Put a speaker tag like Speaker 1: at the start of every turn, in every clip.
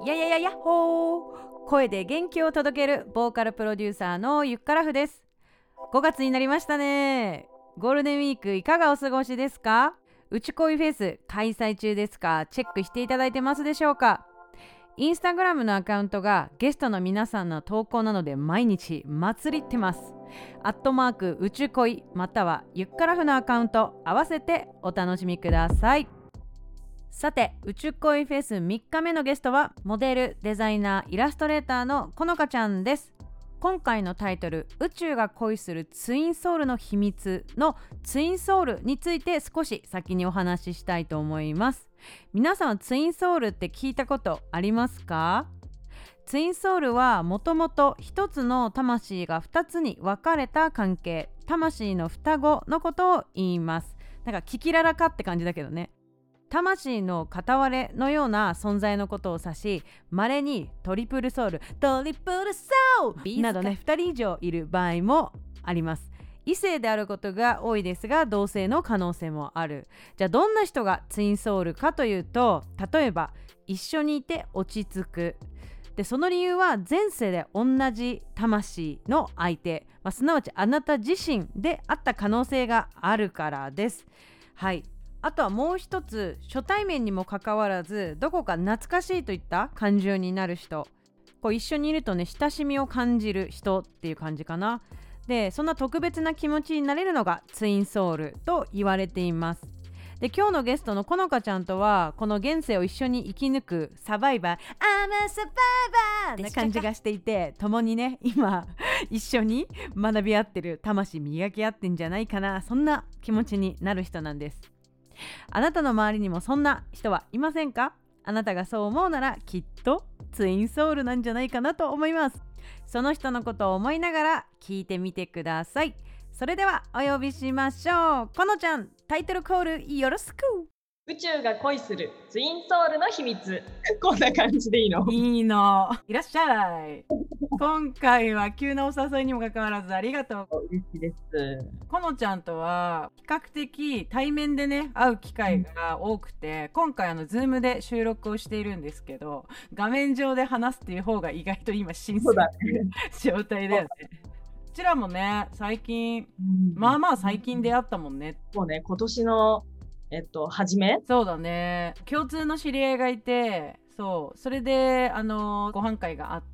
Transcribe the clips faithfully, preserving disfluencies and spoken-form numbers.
Speaker 1: ややややっほー、声で元気を届けるボーカルプロデューサーのゆっからふです。ごがつになりましたね。ゴールデンウィークいかがお過ごしですか？うち恋フェス開催中ですか？チェックしていただいてますでしょうか？インスタグラムのアカウントがゲストの皆さんの投稿なので毎日祭りってます。アットマークうち恋またはゆっからふのアカウント合わせてお楽しみください。さて、宇宙恋フェスみっかめのゲストはモデル、デザイナー、イラストレーターのこのかちゃんです。今回のタイトル、宇宙が恋するツインソウルの秘密のツインソウルについて少し先にお話ししたいと思います。皆さんはツインソウルって聞いたことありますか？ツインソウルはもともと一つの魂が二つに分かれた関係、魂の双子のことを言います。なんかキキララかって感じだけどね。魂の片割れのような存在のことを指し、稀にトリプルソウル、トリプルソウルなどね、ふたり以上いる場合もあります。異性であることが多いですが、同性の可能性もある。じゃあどんな人がツインソウルかというと、例えば一緒にいて落ち着く。でその理由は前世で同じ魂の相手、まあ、すなわちあなた自身であった可能性があるからです。はい。あとはもう一つ、初対面にもかかわらずどこか懐かしいといった感情になる人、こう一緒にいるとね、親しみを感じる人っていう感じかな。でそんな特別な気持ちになれるのがツインソウルと言われています。で今日のゲストのこのかちゃんとはこの現世を一緒に生き抜くサバイバー I'm a survivor な感じがしていて、共にね今一緒に学び合ってる、魂磨き合ってんじゃないかな、そんな気持ちになる人なんです。あなたの周りにもそんな人はいませんか？あなたがそう思うならきっとツインソウルなんじゃないかなと思います。その人のことを思いながら聞いてみてください。それではお呼びしましょう。このちゃん、タイトルコールよろしく。
Speaker 2: 宇宙が恋するツインソウルの秘密。こんな感じでいいの？
Speaker 1: いいの。いらっしゃい。今回は急なお誘いにもかかわらずありがとう。
Speaker 2: 嬉しいです。
Speaker 1: このちゃんとは比較的対面でね会う機会が多くて、今回あのズームで収録をしているんですけど、画面上で話すっていう方が意外と今新鮮な状態だよね。こちらもね最近、うん、まあまあ最近出会ったもんね。
Speaker 2: そうね、今年のえっと初め。
Speaker 1: そうだね、共通の知り合いがいて、そうそれであのご飯会があって、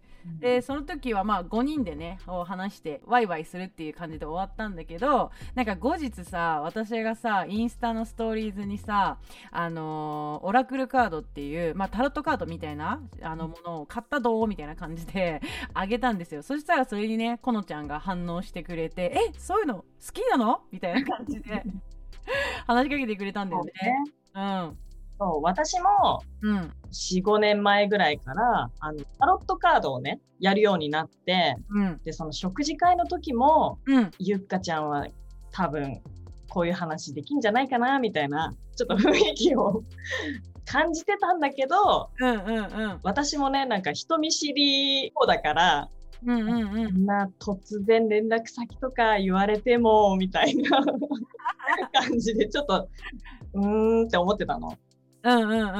Speaker 1: でその時はまあごにんでねを話してワイワイするっていう感じで終わったんだけど、なんか後日さ、私がさインスタのストーリーズにさ、あのー、オラクルカードっていう、まあ、タロットカードみたいなあのものを買ったどうみたいな感じであげたんですよ。そしたらそれにねこのちゃんが反応してくれて、えそういうの好きなのみたいな感じで話しかけてくれたんだよね。うん。
Speaker 2: そう私も、うん、よん、ごねんまえぐらいからあのタロットカードをねやるようになって、うん、でその食事会の時も、うん、ゆっかちゃんは多分こういう話できんじゃないかなみたいなちょっと雰囲気を感じてたんだけど、うんうんうん、私もねなんか人見知り方だから、うんうんうん、な突然連絡先とか言われてもみたいな感じでちょっとうーんって思ってたの。うんうんうんうん。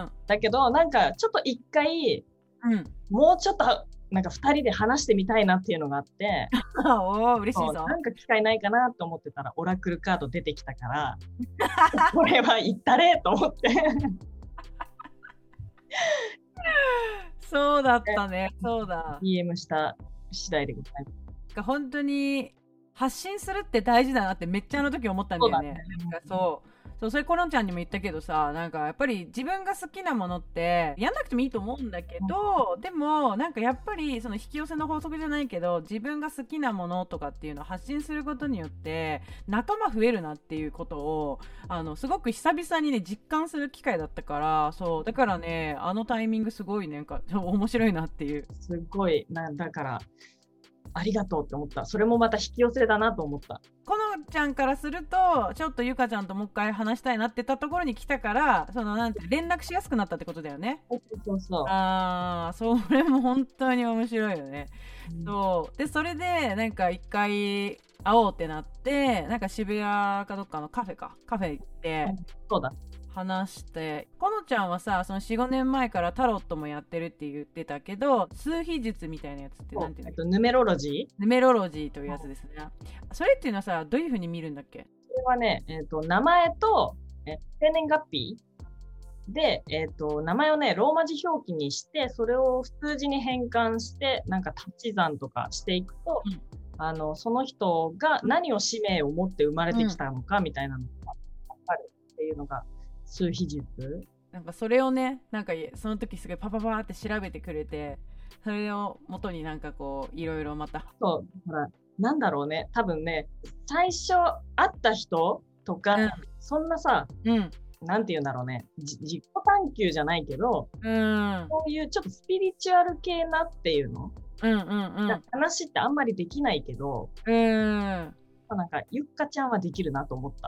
Speaker 2: だけどなんかちょっと一回、うん、もうちょっとなんかふたりで話してみたいなっていうのがあって
Speaker 1: おー嬉しいぞ。
Speaker 2: なんか機会ないかなと思ってたらオラクルカード出てきたからこれは言ったれと思って
Speaker 1: そうだったね。そうだ。
Speaker 2: ディーエム した次第でございます。
Speaker 1: 本当に発信するって大事だなってめっちゃあの時思ったんだよね。そうだね。なんかそうそう、それコロンちゃんにも言ったけどさ、なんかやっぱり自分が好きなものってやんなくてもいいと思うんだけど、うん、でもなんかやっぱりその引き寄せの法則じゃないけど、自分が好きなものとかっていうのを発信することによって仲間増えるなっていうことをあのすごく久々にね実感する機会だったから、そうだからねあのタイミングすごいねなんか面白いなっていう。
Speaker 2: すごいな、だからありがとうって思った。それもまた引き寄せだなと思った。
Speaker 1: このちゃんからするとちょっとゆかちゃんともう一回話したいなって言ったところに来たから、そのなんて連絡しやすくなったってことだよね。
Speaker 2: そうそうそう。
Speaker 1: ああ、それも本当に面白いよね。うん、そうでそれでなんか一回会おうってなって、なんか渋谷かどっかのカフェかカフェ行って、
Speaker 2: うん、そうだ
Speaker 1: 話して、このちゃんはさ、その よん,ご 年前からタロットもやってるって言ってたけど、数秘術みたいなやつってなんていうの？
Speaker 2: ヌメロロジー
Speaker 1: ヌメロロジーというやつですね。それっていうのはさ、どういうふうに見るんだっけ？
Speaker 2: それはね、えーと、名前とえ生年月日で、えーと、名前をね、ローマ字表記にして、それを数字に変換して、なんか足し算とかしていくと、うん、あの、その人が何を使命を持って生まれてきたのかみたいなのが分かるっていうのが数秘術。
Speaker 1: なんかそれをね、なんかその時すごいパパパーって調べてくれて、それを元になんかこう、いろいろまた。
Speaker 2: そう、ほら、なんだろうね、多分ね、最初会った人とか、うん、そんなさ、うんなんて言うんだろうね。自己探求じゃないけど、うん、こういうちょっとスピリチュアル系なっていうの、うんうんうん、話ってあんまりできないけど、うん、なんかゆっかちゃんはできるなと思った。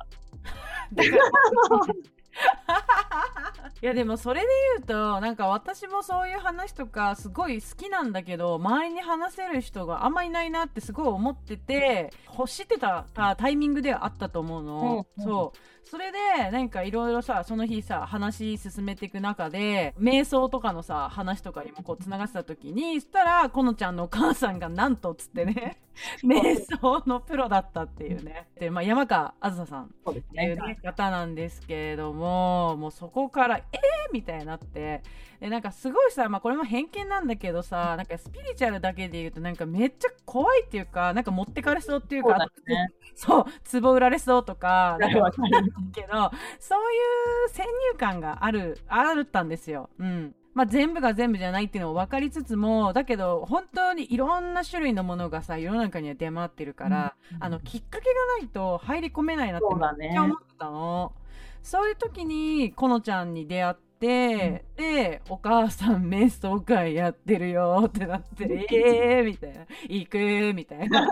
Speaker 1: いやでもそれで言うとなんか私もそういう話とかすごい好きなんだけど周りに話せる人があんまいないなってすごい思ってて欲してたタイミングではあったと思うの、うん、そうそれでなんかいろいろさその日さ話進めていく中で瞑想とかのさ話とかにもこうつながってた時にそしたらこのちゃんのお母さんがなんとっつってね瞑想のプロだったっていうねで、まあ、山川あずささんっていう、ね、方なんですけれどももうそこからえーみたいになってでなんかすごいさ、まあ、これも偏見なんだけどさなんかスピリチュアルだけで言うとなんかめっちゃ怖いっていうかなんか持ってかれそうっていうか
Speaker 2: そうだね、
Speaker 1: そう壺売られそうとかなんかけどそういう先入観があるあったんですよ。うんまあ、全部が全部じゃないっていうのを分かりつつもだけど本当にいろんな種類のものがさ世の中には出回ってるから、うん、あのきっかけがないと入り込めないなってめっちゃ思ったの。そう、ね、そういう時にこのちゃんに出会って、うん、でお母さん瞑想会やってるよってなってえーみたいな行くみたいな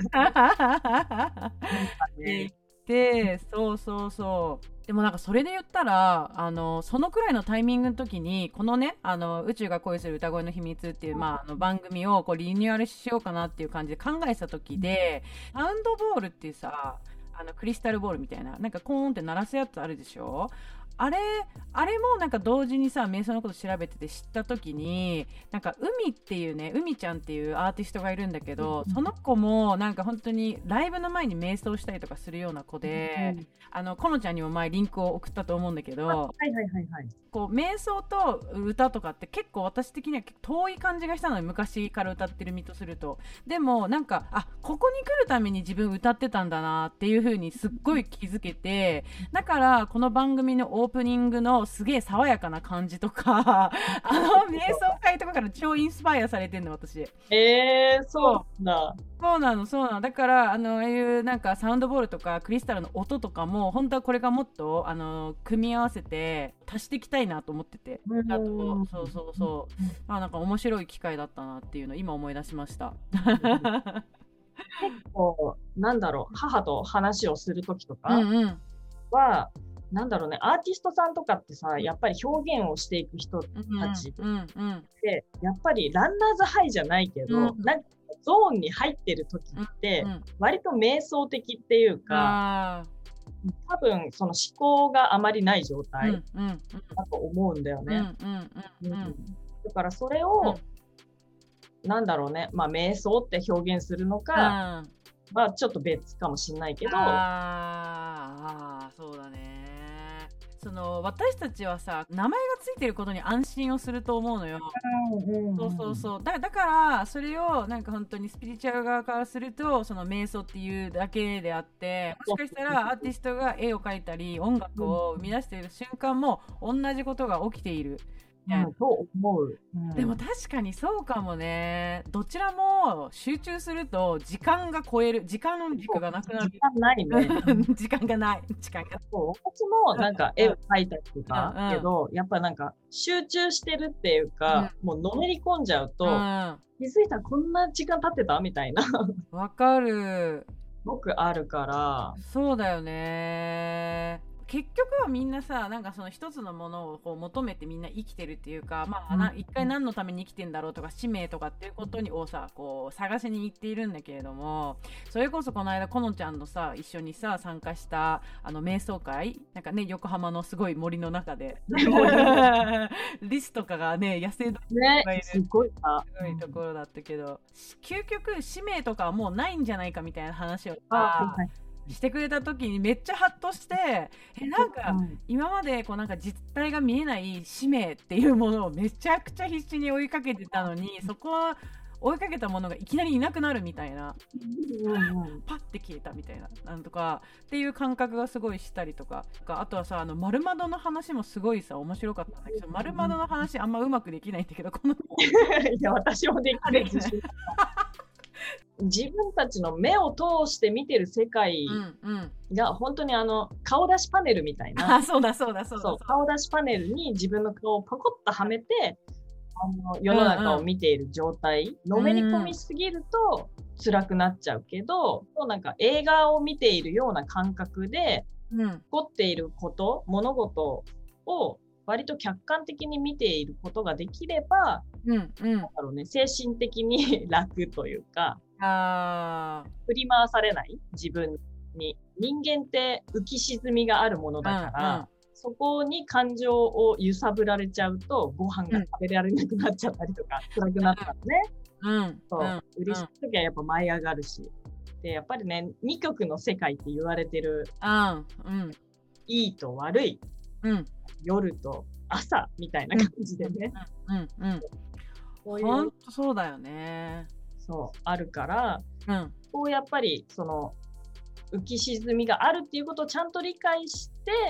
Speaker 1: 行ってそうそうそうでもなんかそれで言ったらあのそのくらいのタイミングの時にこのねあの宇宙が恋する歌声の秘密っていう、まあ、あの番組をこうリニューアルしようかなっていう感じで考えた時でサウンドボールっていうさあのクリスタルボールみたいななんかコーンって鳴らすやつあるでしょあれあれもなんか同時にさ瞑想のこと調べてて知った時になんか海っていうね海ちゃんっていうアーティストがいるんだけどその子もなんか本当にライブの前に瞑想したりとかするような子で、うん、あのこのちゃんにも前リンクを送ったと思うんだけど
Speaker 2: はいはいはいはい
Speaker 1: こう瞑想と歌とかって結構私的には遠い感じがしたので昔から歌ってる身とするとでもなんかあここに来るために自分歌ってたんだなっていう風にすっごい気づけてだからこの番組のオープニングのすげえ爽やかな感じとかあの瞑想会とかから超インスパイアされてんの私
Speaker 2: えー、そうだ
Speaker 1: そうなのそうなのだからあのああいうなんかサウンドボールとかクリスタルの音とかも本当はこれがもっとあの組み合わせて足していきたいなと思っててあとそうそうそうあなんか面白い機会だったなっていうのを今思い出しました
Speaker 2: 結構なんだろう母と話をするときとかは、うんうんなんだろうね、アーティストさんとかってさ、やっぱり表現をしていく人たちで、うんうんうん、やっぱりランナーズハイじゃないけど、うん、なんかゾーンに入ってる時って、割と瞑想的っていうか、うん、多分その思考があまりない状態だと思うんだよね。だからそれを、うん、なんだろうね、まあ瞑想って表現するのか、うん、まあちょっと別かもしれないけど、
Speaker 1: ああ、そうだね。その私たちはさ名前がついてることに安心をすると思うのよ、うんうん、そうそうそう だ, だからそれをなんか本当にスピリチュアル側からするとその瞑想っていうだけであってもしかしたらアーティストが絵を描いたり音楽を生み出している瞬間も同じことが起きている
Speaker 2: うん、と思う、
Speaker 1: うん、でも確かにそうかもねどちらも集中すると時間が超える時間の軸がなくなる
Speaker 2: 時間ないね
Speaker 1: 時間がない時間が
Speaker 2: そう私もなんか絵を描いたりとか、うん、けどやっぱなんか集中してるっていうか、うん、もうのめり込んじゃうと、うん、気づいたらこんな時間経ってたみたいな
Speaker 1: わかる
Speaker 2: すごくあるから
Speaker 1: そうだよね結局はみんなさ、なんかその一つのものをこう求めてみんな生きてるっていうか、まあ、な一回何のために生きてんだろうとか、使命とかっていうことにをさ、こう探しに行っているんだけれども、それこそこの間このちゃんのさ一緒にさ参加したあの瞑想会、なんかね、横浜のすごい森の中でリスとかがね、野生動物がいる、ね、すごいな、すごいところだったけど、究極使命とかはもうないんじゃないかみたいな話をさしてくれた時にめっちゃハッとして、えなんか今までこうなんか実態が見えない使命っていうものをめちゃくちゃ必死に追いかけてたのに、そこは追いかけたものがいきなりいなくなるみたいな、うんうん、パッて消えたみたいな、なんとかっていう感覚がすごいしたりとか、あとはさ、あの丸窓の話もすごいさ面白かったんだけど、丸窓の話あんまうまくできないんだけど、このい
Speaker 2: や私もできない自分たちの目を通して見てる世界が本当にあの顔出しパネルみたいな、
Speaker 1: あ、そうだそうだそうだ、
Speaker 2: そう顔出しパネルに自分の顔をパコッとはめてあの世の中を見ている状態、うんうん、のめり込みすぎると辛くなっちゃうけど、うん、なんか映画を見ているような感覚で、うん、起こっていること物事を割と客観的に見ていることができれば、うんうん、なんだろうね、精神的に楽というか、あ振り回されない自分に。人間って浮き沈みがあるものだから、うんうん、そこに感情を揺さぶられちゃうとご飯が食べられなくなっちゃったりとか、うん、辛くなったらね、うん、そう、うん、嬉しい時はやっぱ舞い上がるし、でやっぱりね二極の世界って言われてる、うんうん、いいと悪い、うん、夜と朝みたいな感じでね、うんうんうん、
Speaker 1: こういうほんとそうだよね。
Speaker 2: そうあるから、うん、こうやっぱりその浮き沈みがあるっていうことをちゃんと理解して、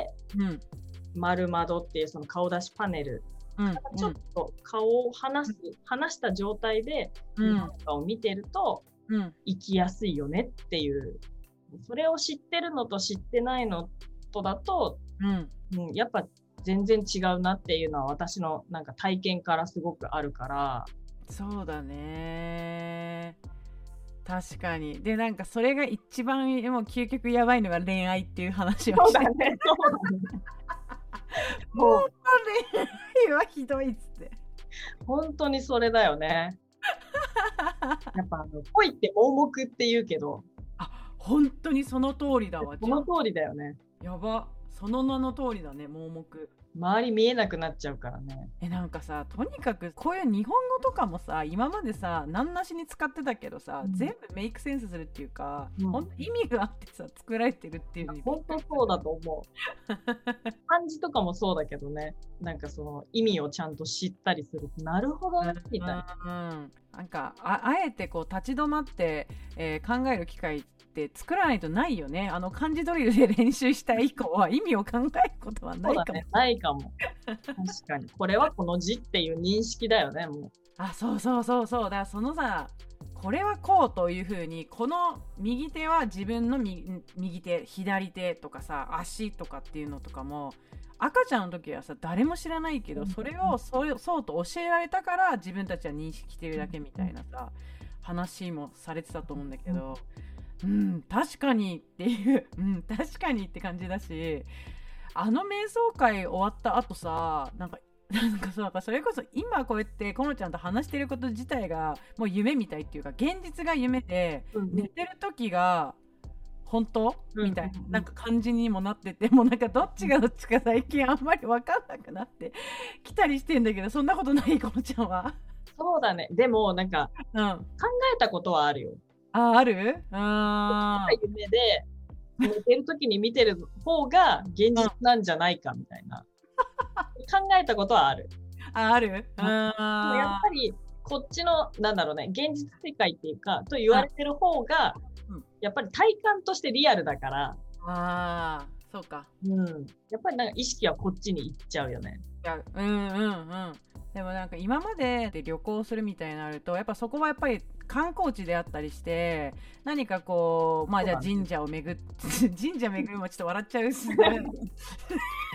Speaker 2: うん、丸窓っていうその顔出しパネル、うん、ちょっと顔を離す、うん、離した状態で何かを見てると、うん、生きやすいよねっていう、それを知ってるのと知ってないのとだと、うんうん、やっぱ全然違うなっていうのは私のなんか体験からすごくあるから。
Speaker 1: そうだね、確かに。でなんかそれが一番もう究極やばいのが恋愛っていう話をして、
Speaker 2: そうだね、そうだね
Speaker 1: もう恋愛はひどいっつって、
Speaker 2: 本当にそれだよねやっぱあの恋って盲目って言うけど、
Speaker 1: あ、本当にその通りだわ。
Speaker 2: その通りだよね。
Speaker 1: やば、その名の通りだね、盲目。
Speaker 2: 周り見えなくなっちゃうからね。
Speaker 1: えなんかさ、とにかくこういう日本語とかもさ、今までさ何なしに使ってたけどさ、うん、全部メイクセンスするっていうか、うん、ほんと意味があってさ作られてるっていう。
Speaker 2: 本当そうだと思う漢字とかもそうだけどね、なんかその意味をちゃんと知ったりするとなるほどねみたいな、うんうん、
Speaker 1: なんか あ, あえてこう立ち止まって、えー、考える機会って作らないとないよね。あの漢字ドリルで練習した以降は意味を考えることはないかも。そうだね、
Speaker 2: ないかも確かにこれはこの字っていう認識だよね。もう
Speaker 1: あ、そうそうそうそう、だからそのさ、これはこうという風に、この右手は自分の 右, 右手左手とかさ、足とかっていうのとかも赤ちゃんの時はさ誰も知らないけど、それをそうそうと教えられたから自分たちは認識してるだけみたいなさ話もされてたと思うんだけど、うん、確かにっていう、うん、確かにって感じだし、あの瞑想会終わった後さ、なんかなんかそう、それこそ今こうやってこのちゃんと話してること自体がもう夢みたいっていうか、現実が夢で、うん、寝てる時が本当、うん、みたいな、なんか感じにもなってて、もうなんかどっちがどっちか最近あんまり分かんなくなってきたりしてんだけど、そんなことない？このちゃんは。
Speaker 2: そうだね、でもなんか、うん、考えたことはあるよ。
Speaker 1: あ、ある？あ
Speaker 2: ー、夢で寝てる時に見てる方が現実なんじゃないかみたいな、うん、考えたことはある。
Speaker 1: あ、ある？
Speaker 2: あ、でもやっぱりこっちのなんだろうね、現実世界っていうかと言われてる方が、うん、やっぱり体感としてリアルだから。
Speaker 1: あー、そうか、
Speaker 2: うん、やっぱりなんか意識はこっちに行っちゃうよね。
Speaker 1: いや、うんうんうん。でもなんか今までで旅行するみたいになると、やっぱそこはやっぱり観光地であったりして、何かこう、まあじゃあ神社を巡って神社巡るもちょっと笑っちゃうし、ね、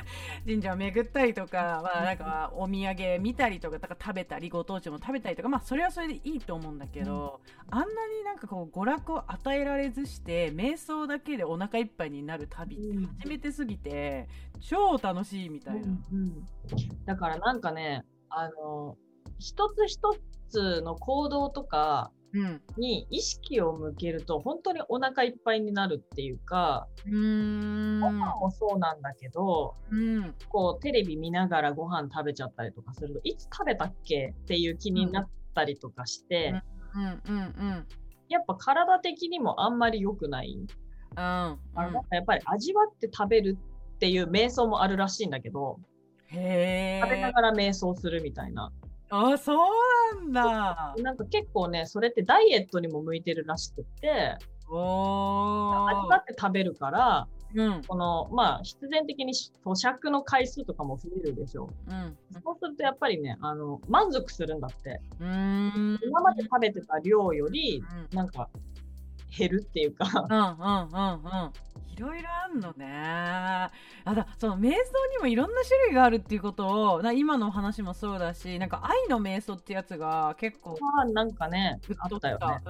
Speaker 1: 神社を巡ったりとか、まあ、なんかお土産見たりとか、だから食べたりご当地も食べたりとか、まあそれはそれでいいと思うんだけど、うん、あんなになんかこう娯楽を与えられずして瞑想だけでお腹いっぱいになる旅って初めてすぎて、うん、超楽しいみたいな、うんうん、
Speaker 2: だからなんかね、あの一つ一つの行動とかに意識を向けると本当にお腹いっぱいになるっていうか、うーん、ご飯もそうなんだけど、うん、こうテレビ見ながらご飯食べちゃったりとかすると、いつ食べたっけっていう気になったりとかして、うんうんうんうん、やっぱ体的にもあんまり良くない、うんうん、あのなんかやっぱり味わって食べるっていう瞑想もあるらしいんだけど、へー、食べながら瞑想するみたいな。
Speaker 1: あ、そうなんだ。
Speaker 2: なんか結構ね、それってダイエットにも向いてるらしくって、お味わって食べるから、うん、このまあ必然的に咀嚼の回数とかも増えるでしょう、うん、そうするとやっぱりね、あの満足するんだって。うーん、今まで食べてた量よりなんか減るっていうか、うんうんうんうん、
Speaker 1: いろいろあんのね。あだその瞑想にもいろんな種類があるっていうことをな、今の話もそうだし、なんか愛の瞑想ってやつが結構
Speaker 2: あなんかねあったよね。
Speaker 1: うん、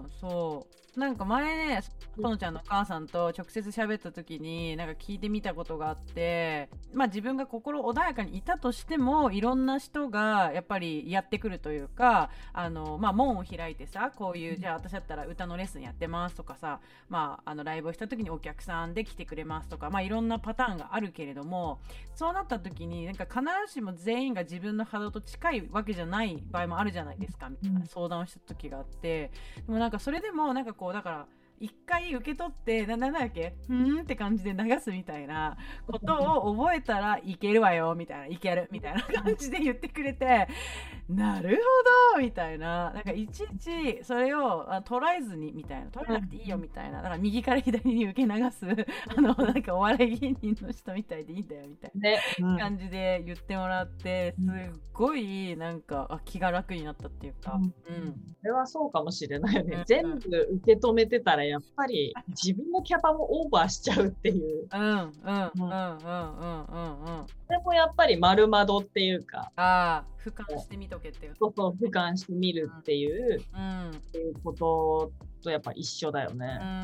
Speaker 1: そうなんか前ね、このちゃんのお母さんと直接喋った時になんか聞いてみたことがあって、まあ自分が心穏やかにいたとしてもいろんな人がやっぱりやってくるというか、あのまあ門を開いてさ、こういうじゃあ私だったら歌のレッスンやってますとかさ、まああのライブをした時にお客さんで来てくれますとか、まあいろんなパターンがあるけれども、そうなった時になんか必ずしも全員が自分の波動と近いわけじゃない場合もあるじゃないですかみたいな相談をした時があって、でもなんかそれでもなんかこうだから一回受け取ってな、なんだっけふーんって感じで流すみたいなことを覚えたらいけるわよみたいな、いけるみたいな感じで言ってくれて、なるほどみたいな、なんかいちいちそれを捉えずにみたいな、捉えなくていいよみたいな、だから右から左に受け流すあのなんかお笑い芸人の人みたいでいいんだよみたいな感じで言ってもらって、すっごいなんかあ気が楽になったっていうか、うん、
Speaker 2: うん、それはそうかもしれないよね、うん、全部受け止めてたらやっぱり自分のキャパもオーバーしちゃうっていう。うんうんうんうんうんうん。それもやっぱり丸窓っていうか。あ
Speaker 1: あ、俯瞰してみとけっていう。
Speaker 2: そうそう、俯瞰してみるっていう、うん、っていうこととやっぱ一緒だよね。うん。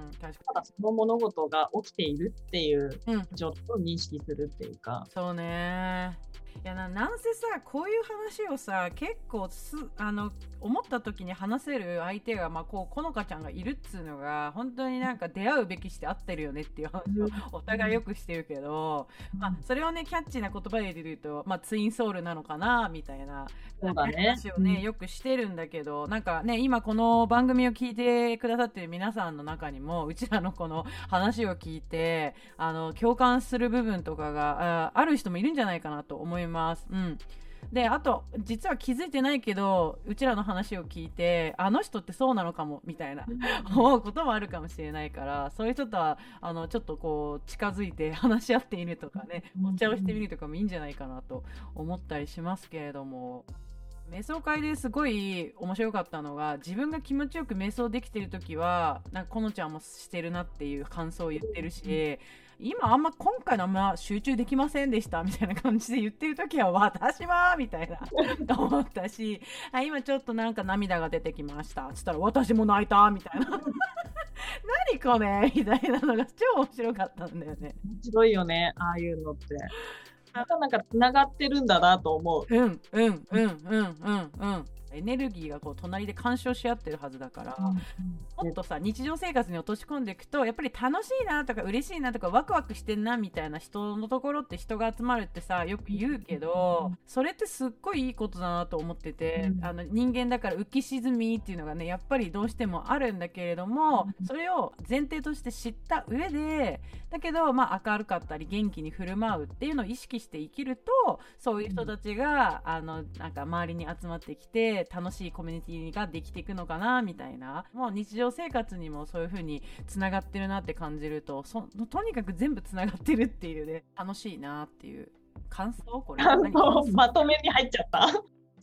Speaker 2: 確かに。ただその物事が起きているっていう状況を認識するっていうか。
Speaker 1: うん、そうね。いやな、なんせさ、こういう話をさ結構すあの思った時に話せる相手が、まあ、こうこのかちゃんがいるっつうのが本当になんか出会うべきして合ってるよねっていう話をお互いよくしてるけど、まあ、それをねキャッチーな言葉で言うと、まあ、ツインソウルなのかなみたいな話をね、よくしてるんだけど、なんかね今この番組を聞いてくださってる皆さんの中にもうちらのこの話を聞いてあの共感する部分とかが あ, ある人もいるんじゃないかなと思います。うん。であと実は気づいてないけどうちらの話を聞いてあの人ってそうなのかもみたいな思うこともあるかもしれないから、そういう人とはあのちょっとこう近づいて話し合っているとかね、お茶をしてみるとかもいいんじゃないかなと思ったりしますけれども、瞑想会ですごい面白かったのが、自分が気持ちよく瞑想できてるときはなんかこのちゃんもしてるなっていう感想を言ってるし、今あんま今回のあんま集中できませんでしたみたいな感じで言ってるときは私はみたいなと思ったし、今ちょっとなんか涙が出てきましたつったら私も泣いたみたいな何これみたいなのが超面白かったんだよね。
Speaker 2: 面白いよね、ああいうのって。またなんかつながってるんだなと思う。
Speaker 1: うんうんうんうんうんうん。エネルギーがこう隣で干渉し合ってるはずだから、うん、もっとさ日常生活に落とし込んでいくとやっぱり楽しいなとか嬉しいなとかワクワクしてんなみたいな人のところって人が集まるってさよく言うけど、それってすっごいいいことだなと思ってて、うん、あの人間だから浮き沈みっていうのがねやっぱりどうしてもあるんだけれども、それを前提として知った上でだけど、まあ、明るかったり元気に振る舞うっていうのを意識して生きると、そういう人たちがあのなんか周りに集まってきて楽しいコミュニティができていくのかなみたいな、もう日常生活にもそういう風につながってるなって感じると、そとにかく全部つながってるっていうね、楽しいなっていう感想、これ
Speaker 2: 感想まとめに入っちゃった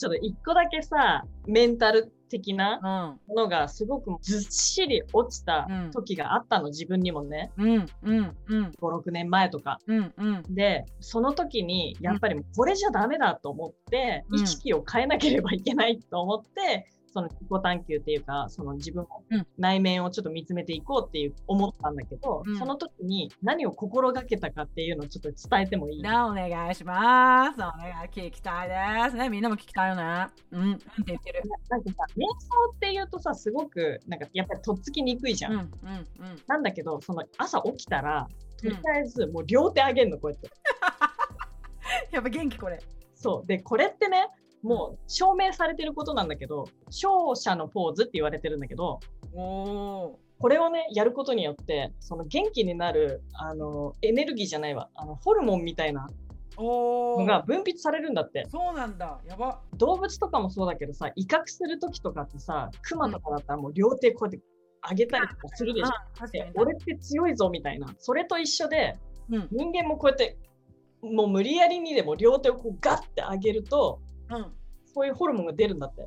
Speaker 2: ちょっと一個だけさ、メンタル的なものがすごくずっしり落ちた時があったの、自分にもね。うんうんうん、ご、ろくねんまえとか、うんうん。で、その時にやっぱりこれじゃダメだと思って、うん、意識を変えなければいけないと思って、その自己探求っていうか、その自分の内面をちょっと見つめていこうっていう思ったんだけど、うん、その時に何を心がけたかっていうのをちょっと伝えてもいい？
Speaker 1: お願いします。お願い、聞きたいですね。みんなも聞きたいよね。うん、うんって言ってる。
Speaker 2: なんかさ、瞑想っていうとさ、すごくなんかやっぱりとっつきにくいじゃん。うんうんうん、なんだけど、その朝起きたら、とりあえずもう両手上げんの、こうやって。
Speaker 1: やっぱ元気これ。
Speaker 2: そう。で、これってね、もう証明されてることなんだけど、勝者のポーズって言われてるんだけど、おこれをね、やることによって、その元気になる、あの、エネルギーじゃないわ、あの、ホルモンみたいなのが分泌されるんだって。
Speaker 1: そうなんだ。やば。
Speaker 2: 動物とかもそうだけどさ、威嚇するときとかってさ、クマとかだったらもう両手こうやって上げたりとかするでしょ。で、俺って強いぞみたいな。それと一緒で、うん、人間もこうやって、もう無理やりにでも両手をこうガッて上げると、うん、そういうホルモンが出るんだって。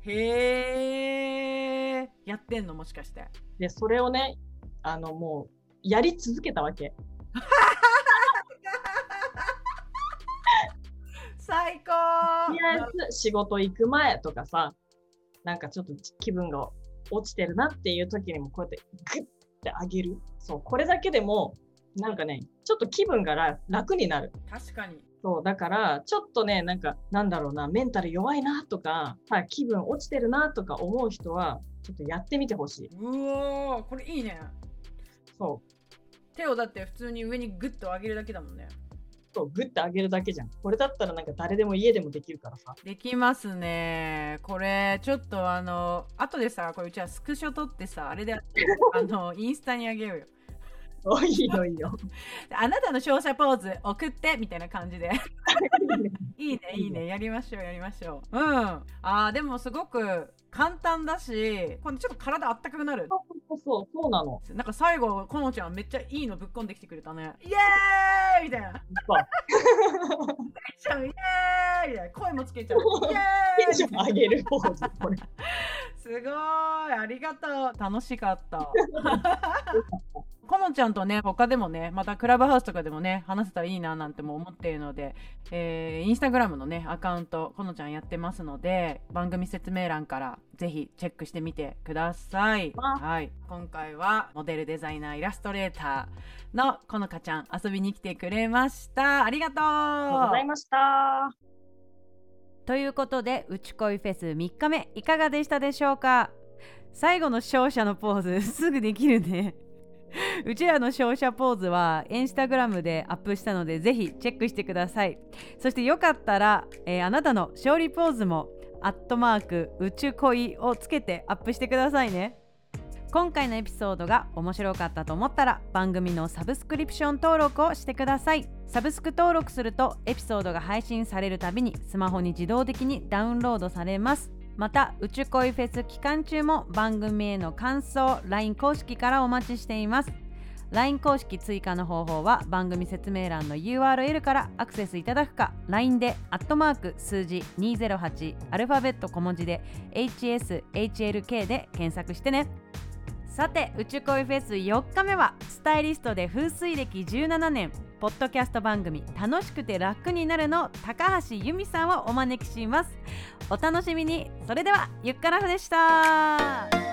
Speaker 1: へー、やってんのもしかして。
Speaker 2: で、それをね、あのもうやり続けたわけ。
Speaker 1: 最高。
Speaker 2: とりあえず仕事行く前とかさ、なんかちょっと気分が落ちてるなっていう時にもこうやってグッて上げる。そう、これだけでもなんかね、ちょっと気分が楽になる。
Speaker 1: 確かに。
Speaker 2: そう、だから、ちょっとね、なんか、なんだろうな、メンタル弱いなとか、はい、気分落ちてるなとか思う人は、ちょっとやってみてほしい。
Speaker 1: うわー、これいいね。
Speaker 2: そう。
Speaker 1: 手をだって普通に上にグッと上げるだけだもんね。
Speaker 2: そう、グッと上げるだけじゃん。これだったらなんか誰でも家でもできるからさ。
Speaker 1: できますね。これ、ちょっとあの、後でさ、これうちはスクショ撮ってさ、あれであの、インスタにあげようよ。
Speaker 2: おいいよいいよ。
Speaker 1: あなたの勝者ポーズ送ってみたいな感じでいいねいいね、やりましょうやりましょう。うん。あーでもすごく簡単だし、今度ちょっと体あったかくなる。
Speaker 2: そうそうそうそうなの。
Speaker 1: なんか最後このちゃんめっちゃいいのぶっこんできてくれたね。イエーイみたいな。ちゃんイエーイみたいな声もつけちゃう。イエーイ。
Speaker 2: テンション上げるポーズこれ。
Speaker 1: すごいありがとう。楽しかった。このちゃんとね、他でもね、またクラブハウスとかでもね、話せたらいいななんても思っているので、えー、インスタグラムのね、アカウント、このちゃんやってますので、番組説明欄からぜひチェックしてみてください。はい。今回は、モデルデザイナー、イラストレーターのこのかちゃん、遊びに来てくれました。ありがとう。
Speaker 2: ありがとうございました。
Speaker 1: ということで、うちこいフェスみっかめ、いかがでしたでしょうか？最後の勝者のポーズ、すぐできるね。うちらの勝者ポーズはインスタグラムでアップしたのでぜひチェックしてください。そしてよかったら、えー、あなたの勝利ポーズもアットマーク宇宙恋をつけてアップしてくださいね。今回のエピソードが面白かったと思ったら番組のサブスクリプション登録をしてください。サブスク登録するとエピソードが配信されるたびにスマホに自動的にダウンロードされます。また、宇宙恋フェス期間中も番組への感想、ライン 公式からお待ちしています。ライン 公式追加の方法は番組説明欄の ユーアールエル からアクセスいただくか、ライン でアットマーク数字にーぜろはちアルファベット小文字で エイチエスエイチエルケー で検索してね。さて、宇宙恋フェスよっかめはスタイリストで風水歴じゅうななねん、ポッドキャスト番組楽しくて楽になるの高橋由美さんをお招きします。お楽しみに。それではゆっからふでした。